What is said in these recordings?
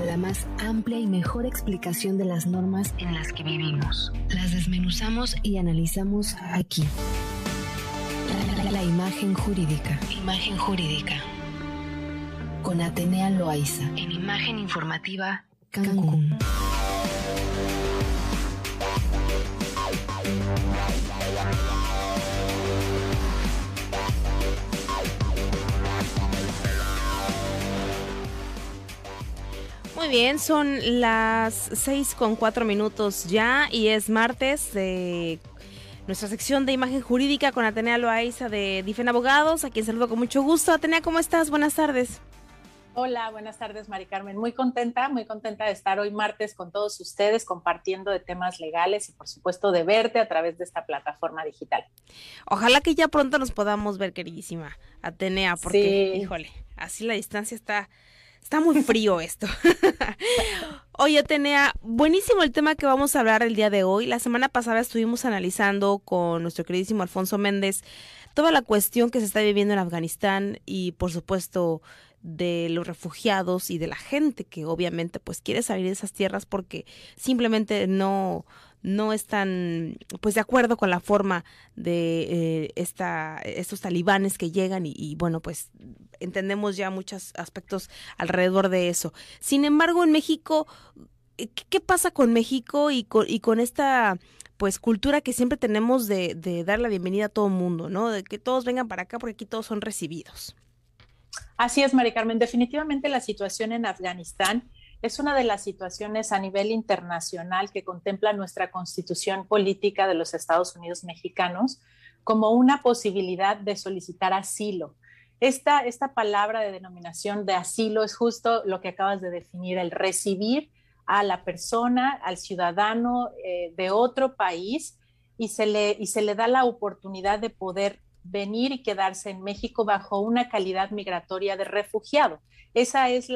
la más amplia y mejor explicación de las normas en las que vivimos. Las desmenuzamos y analizamos aquí. La imagen jurídica. Imagen jurídica. Con Atenea Loaiza. En Imagen Informativa, Cancún. Muy bien, son las 6:04 ya y es martes de nuestra sección de Imagen Jurídica con Atenea Loaiza de Difen Abogados, a quien saludo con mucho gusto. Atenea, ¿cómo estás? Buenas tardes. Hola, buenas tardes, Mari Carmen. Muy contenta de estar hoy martes con todos ustedes compartiendo de temas legales y por supuesto de verte a través de esta plataforma digital. Ojalá que ya pronto nos podamos ver, queridísima Atenea, porque, sí. Híjole, así la distancia está muy frío esto. Oye, Atenea, buenísimo el tema que vamos a hablar el día de hoy. La semana pasada estuvimos analizando con nuestro queridísimo Alfonso Méndez toda la cuestión que se está viviendo en Afganistán y, por supuesto, de los refugiados y de la gente que obviamente pues quiere salir de esas tierras porque simplemente no están pues de acuerdo con la forma de estos talibanes que llegan y bueno, pues entendemos ya muchos aspectos alrededor de eso. Sin embargo, en México, ¿qué pasa con México y con esta pues cultura que siempre tenemos de dar la bienvenida a todo el mundo, ¿no? De que todos vengan para acá porque aquí todos son recibidos? Así es, Mari Carmen. Definitivamente la situación en Afganistán es una de las situaciones a nivel internacional que contempla nuestra Constitución Política de los Estados Unidos Mexicanos como una posibilidad de solicitar asilo. Esta palabra de denominación de asilo es justo lo que acabas de definir, el recibir a la persona, al ciudadano de otro país y se le da la oportunidad de poder venir y quedarse en México bajo una calidad migratoria de refugiado. Esa es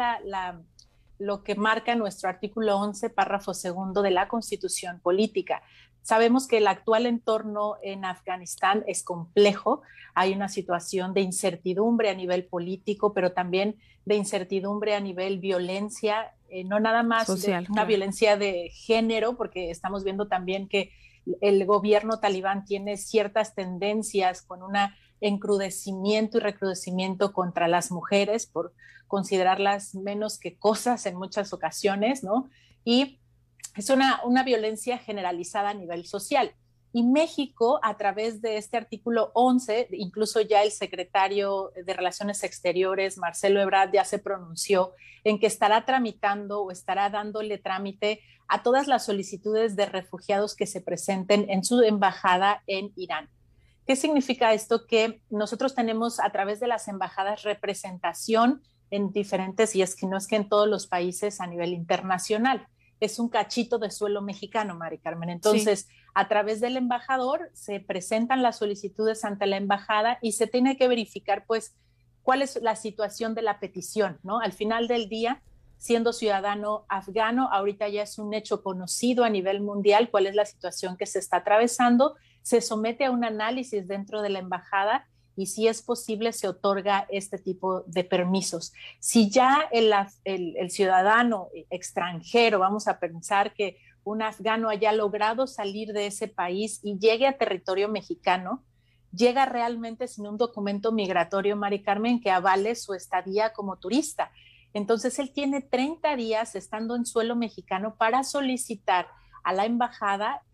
lo que marca nuestro artículo 11, párrafo segundo de la Constitución Política. Sabemos que el actual entorno en Afganistán es complejo, hay una situación de incertidumbre a nivel político, pero también de incertidumbre a nivel violencia, no nada más social, una violencia de género, porque estamos viendo también que el gobierno talibán tiene ciertas tendencias con un encrudecimiento y recrudecimiento contra las mujeres por considerarlas menos que cosas en muchas ocasiones, ¿no? Y es una violencia generalizada a nivel social. Y México, a través de este artículo 11, incluso ya el secretario de Relaciones Exteriores, Marcelo Ebrard, ya se pronunció en que estará tramitando o estará dándole trámite a todas las solicitudes de refugiados que se presenten en su embajada en Irán. ¿Qué significa esto? Que nosotros tenemos a través de las embajadas representación en diferentes, y es que no es que en todos los países a nivel internacional, es un cachito de suelo mexicano, Mari Carmen. Entonces, sí, a través del embajador se presentan las solicitudes ante la embajada y se tiene que verificar, pues, cuál es la situación de la petición, ¿no? Al final del día, siendo ciudadano afgano, ahorita ya es un hecho conocido a nivel mundial cuál es la situación que se está atravesando, se somete a un análisis dentro de la embajada y si es posible se otorga este tipo de permisos. Si ya el ciudadano extranjero, vamos a pensar que un afgano haya logrado salir de ese país y llegue a territorio mexicano, llega realmente sin un documento migratorio, Mari Carmen, que avale su estadía como turista. Entonces él tiene 30 días estando en suelo mexicano para solicitar a la embajada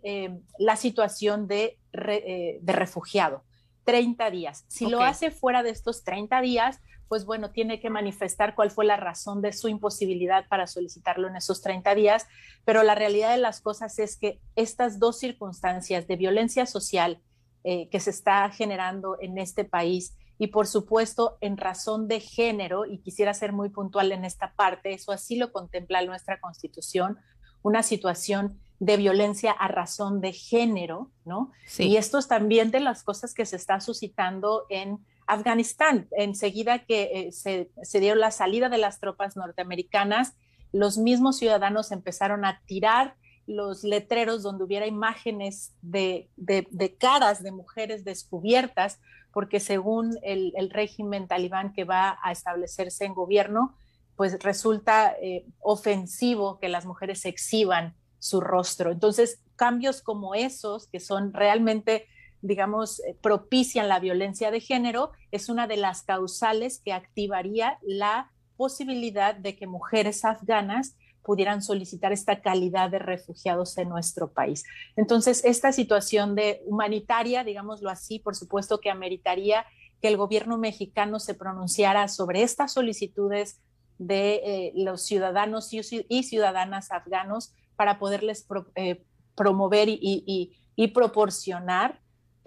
la situación de refugiado. 30 días. Si lo hace fuera de estos 30 días, pues bueno, tiene que manifestar cuál fue la razón de su imposibilidad para solicitarlo en esos 30 días, pero la realidad de las cosas es que estas dos circunstancias de violencia social que se está generando en este país y por supuesto en razón de género, y quisiera ser muy puntual en esta parte, eso así lo contempla nuestra Constitución, una situación de violencia a razón de género, ¿no? Sí. Y esto es también de las cosas que se está suscitando en Afganistán. Enseguida que se dio la salida de las tropas norteamericanas, los mismos ciudadanos empezaron a tirar los letreros donde hubiera imágenes de caras de mujeres descubiertas, porque según el régimen talibán que va a establecerse en gobierno, pues resulta ofensivo que las mujeres exhiban su rostro. Entonces, cambios como esos, que son realmente, digamos, propician la violencia de género, es una de las causales que activaría la posibilidad de que mujeres afganas pudieran solicitar esta calidad de refugiados en nuestro país. Entonces, esta situación de humanitaria, digámoslo así, por supuesto que ameritaría que el gobierno mexicano se pronunciara sobre estas solicitudes de los ciudadanos y ciudadanas afganos para poderles promover y proporcionar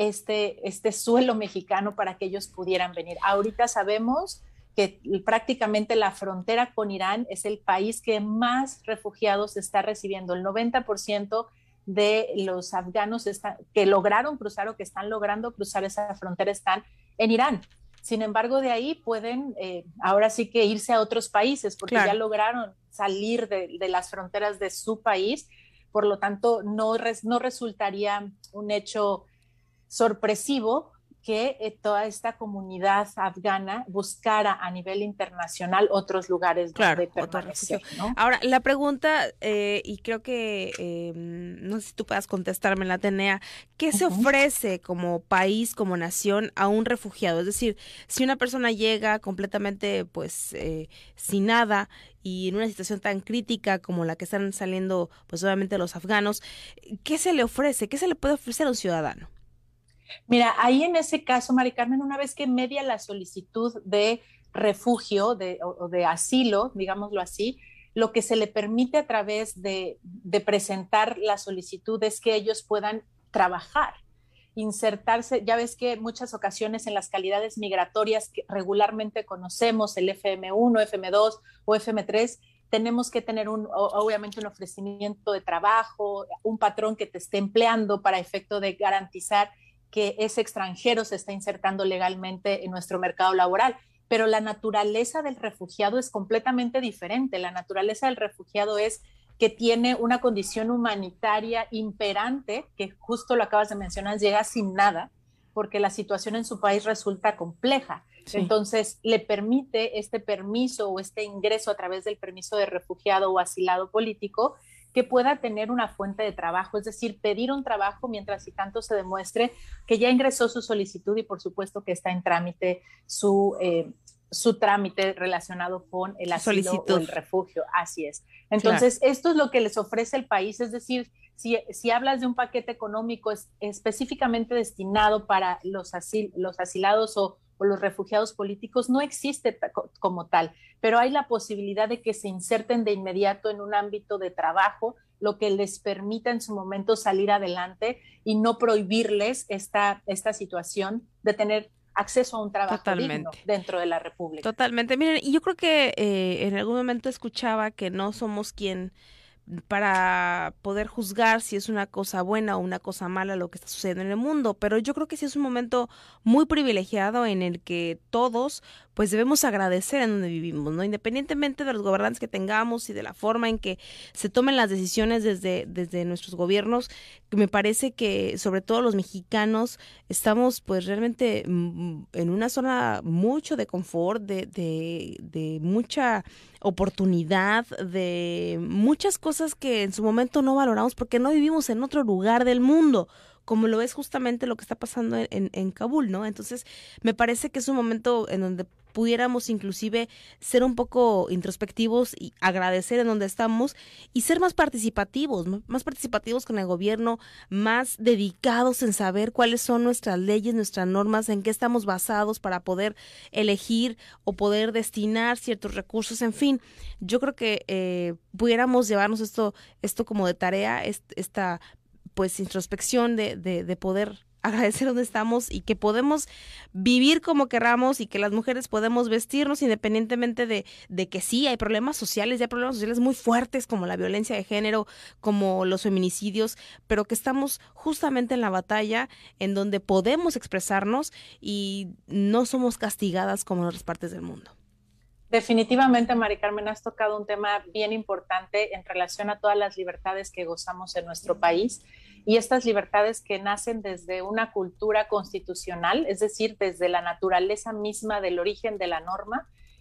este suelo mexicano para que ellos pudieran venir. Ahorita sabemos que prácticamente la frontera con Irán es el país que más refugiados está recibiendo. El 90% de los afganos que lograron cruzar o que están logrando cruzar esa frontera están en Irán. Sin embargo, de ahí pueden ahora sí que irse a otros países porque ya lograron salir de las fronteras de su país. Por lo tanto, no resultaría un hecho sorpresivo que toda esta comunidad afgana buscara a nivel internacional otros lugares donde permanecer, ¿no? Ahora, la pregunta, y creo que, no sé si tú puedas contestármela, Atenea, ¿qué se ofrece como país, como nación a un refugiado? Es decir, si una persona llega completamente, pues, sin nada y en una situación tan crítica como la que están saliendo, pues, obviamente los afganos, ¿qué se le ofrece? ¿Qué se le puede ofrecer a un ciudadano? Mira, ahí en ese caso, Mari Carmen, una vez que media la solicitud de refugio o de asilo, digámoslo así, lo que se le permite a través de presentar la solicitud es que ellos puedan trabajar, insertarse. Ya ves que en muchas ocasiones en las calidades migratorias que regularmente conocemos, el FM1, FM2 o FM3, tenemos que tener obviamente un ofrecimiento de trabajo, un patrón que te esté empleando para efecto de garantizar que ese extranjero se está insertando legalmente en nuestro mercado laboral. Pero la naturaleza del refugiado es completamente diferente. La naturaleza del refugiado es que tiene una condición humanitaria imperante, que justo lo acabas de mencionar, llega sin nada, porque la situación en su país resulta compleja. Sí. Entonces, le permite este permiso o este ingreso a través del permiso de refugiado o asilado político, que pueda tener una fuente de trabajo, es decir, pedir un trabajo mientras y tanto se demuestre que ya ingresó su solicitud y por supuesto que está en trámite su trámite relacionado con el asilo o el refugio. Así es. Entonces, esto es lo que les ofrece el país, es decir, si hablas de un paquete económico específicamente destinado para los asilados o los refugiados políticos, no existe como tal, pero hay la posibilidad de que se inserten de inmediato en un ámbito de trabajo, lo que les permita en su momento salir adelante y no prohibirles esta situación de tener acceso a un trabajo digno dentro de la República. Totalmente. Miren, y yo creo que en algún momento escuchaba que no somos quien para poder juzgar si es una cosa buena o una cosa mala lo que está sucediendo en el mundo, pero yo creo que sí es un momento muy privilegiado en el que todos pues debemos agradecer en donde vivimos, ¿no? Independientemente de los gobernantes que tengamos y de la forma en que se tomen las decisiones desde nuestros gobiernos, que me parece que sobre todo los mexicanos estamos pues realmente en una zona mucho de confort, de mucha oportunidad, de muchas cosas que en su momento no valoramos porque no vivimos en otro lugar del mundo, como lo es justamente lo que está pasando en Kabul, ¿no? Entonces, me parece que es un momento en donde pudiéramos inclusive ser un poco introspectivos y agradecer en donde estamos y ser más participativos con el gobierno, más dedicados en saber cuáles son nuestras leyes, nuestras normas, en qué estamos basados para poder elegir o poder destinar ciertos recursos, en fin. Yo creo que pudiéramos llevarnos esto como de tarea, esta pues introspección de poder agradecer donde estamos y que podemos vivir como queramos y que las mujeres podemos vestirnos independientemente de que sí hay problemas sociales, muy fuertes como la violencia de género, como los feminicidios, pero que estamos justamente en la batalla en donde podemos expresarnos y no somos castigadas como en otras partes del mundo. Definitivamente, Mari Carmen, has tocado un tema bien importante en relación a todas las libertades que gozamos en nuestro país y estas libertades que nacen desde una cultura constitucional, es decir, desde la naturaleza misma del origen de la norma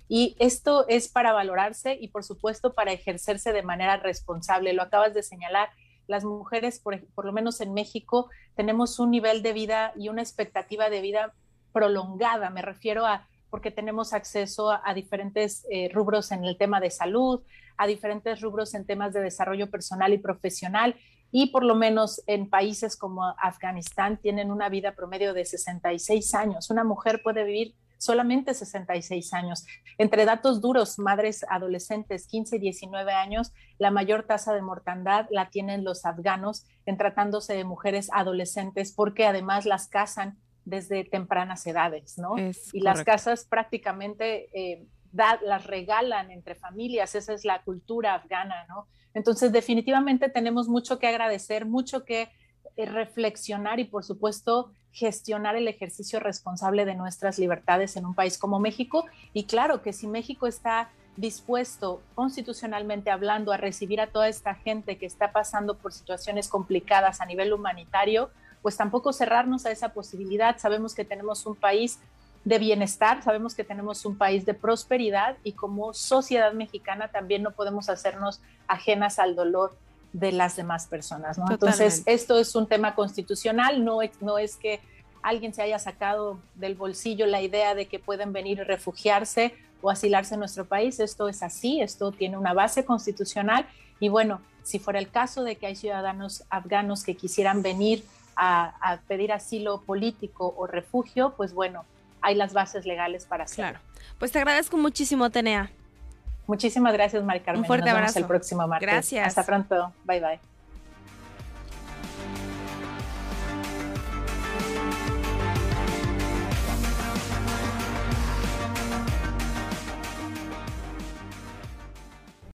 Y esto es para valorarse y, por supuesto, para ejercerse de manera responsable. Lo acabas de señalar, las mujeres, por lo menos en México, tenemos un nivel de vida y una expectativa de vida prolongada. Me refiero a porque tenemos acceso a diferentes rubros en el tema de salud, a diferentes rubros en temas de desarrollo personal y profesional, y por lo menos en países como Afganistán tienen una vida promedio de 66 años. Una mujer puede vivir solamente 66 años. Entre datos duros, madres adolescentes 15 y 19 años, la mayor tasa de mortandad la tienen los afganos en tratándose de mujeres adolescentes, porque además las casan desde tempranas edades, ¿no? Y las casas prácticamente las regalan entre familias, esa es la cultura afgana, ¿no? Entonces, definitivamente tenemos mucho que agradecer, mucho que reflexionar y, por supuesto, gestionar el ejercicio responsable de nuestras libertades en un país como México. Y claro que si México está dispuesto, constitucionalmente hablando, a recibir a toda esta gente que está pasando por situaciones complicadas a nivel humanitario, pues tampoco cerrarnos a esa posibilidad. Sabemos que tenemos un país de bienestar, sabemos que tenemos un país de prosperidad y como sociedad mexicana también no podemos hacernos ajenas al dolor de las demás personas, ¿no? Entonces, esto es un tema constitucional, no es que alguien se haya sacado del bolsillo la idea de que pueden venir y refugiarse o asilarse en nuestro país. Esto es así, esto tiene una base constitucional y bueno, si fuera el caso de que hay ciudadanos afganos que quisieran venir a pedir asilo político o refugio, pues bueno, hay las bases legales para hacerlo. Claro. Pues te agradezco muchísimo, Atenea. Muchísimas gracias, Mari Carmen. Un fuerte abrazo. Nos vemos el próximo martes. Gracias. Hasta pronto. Bye, bye.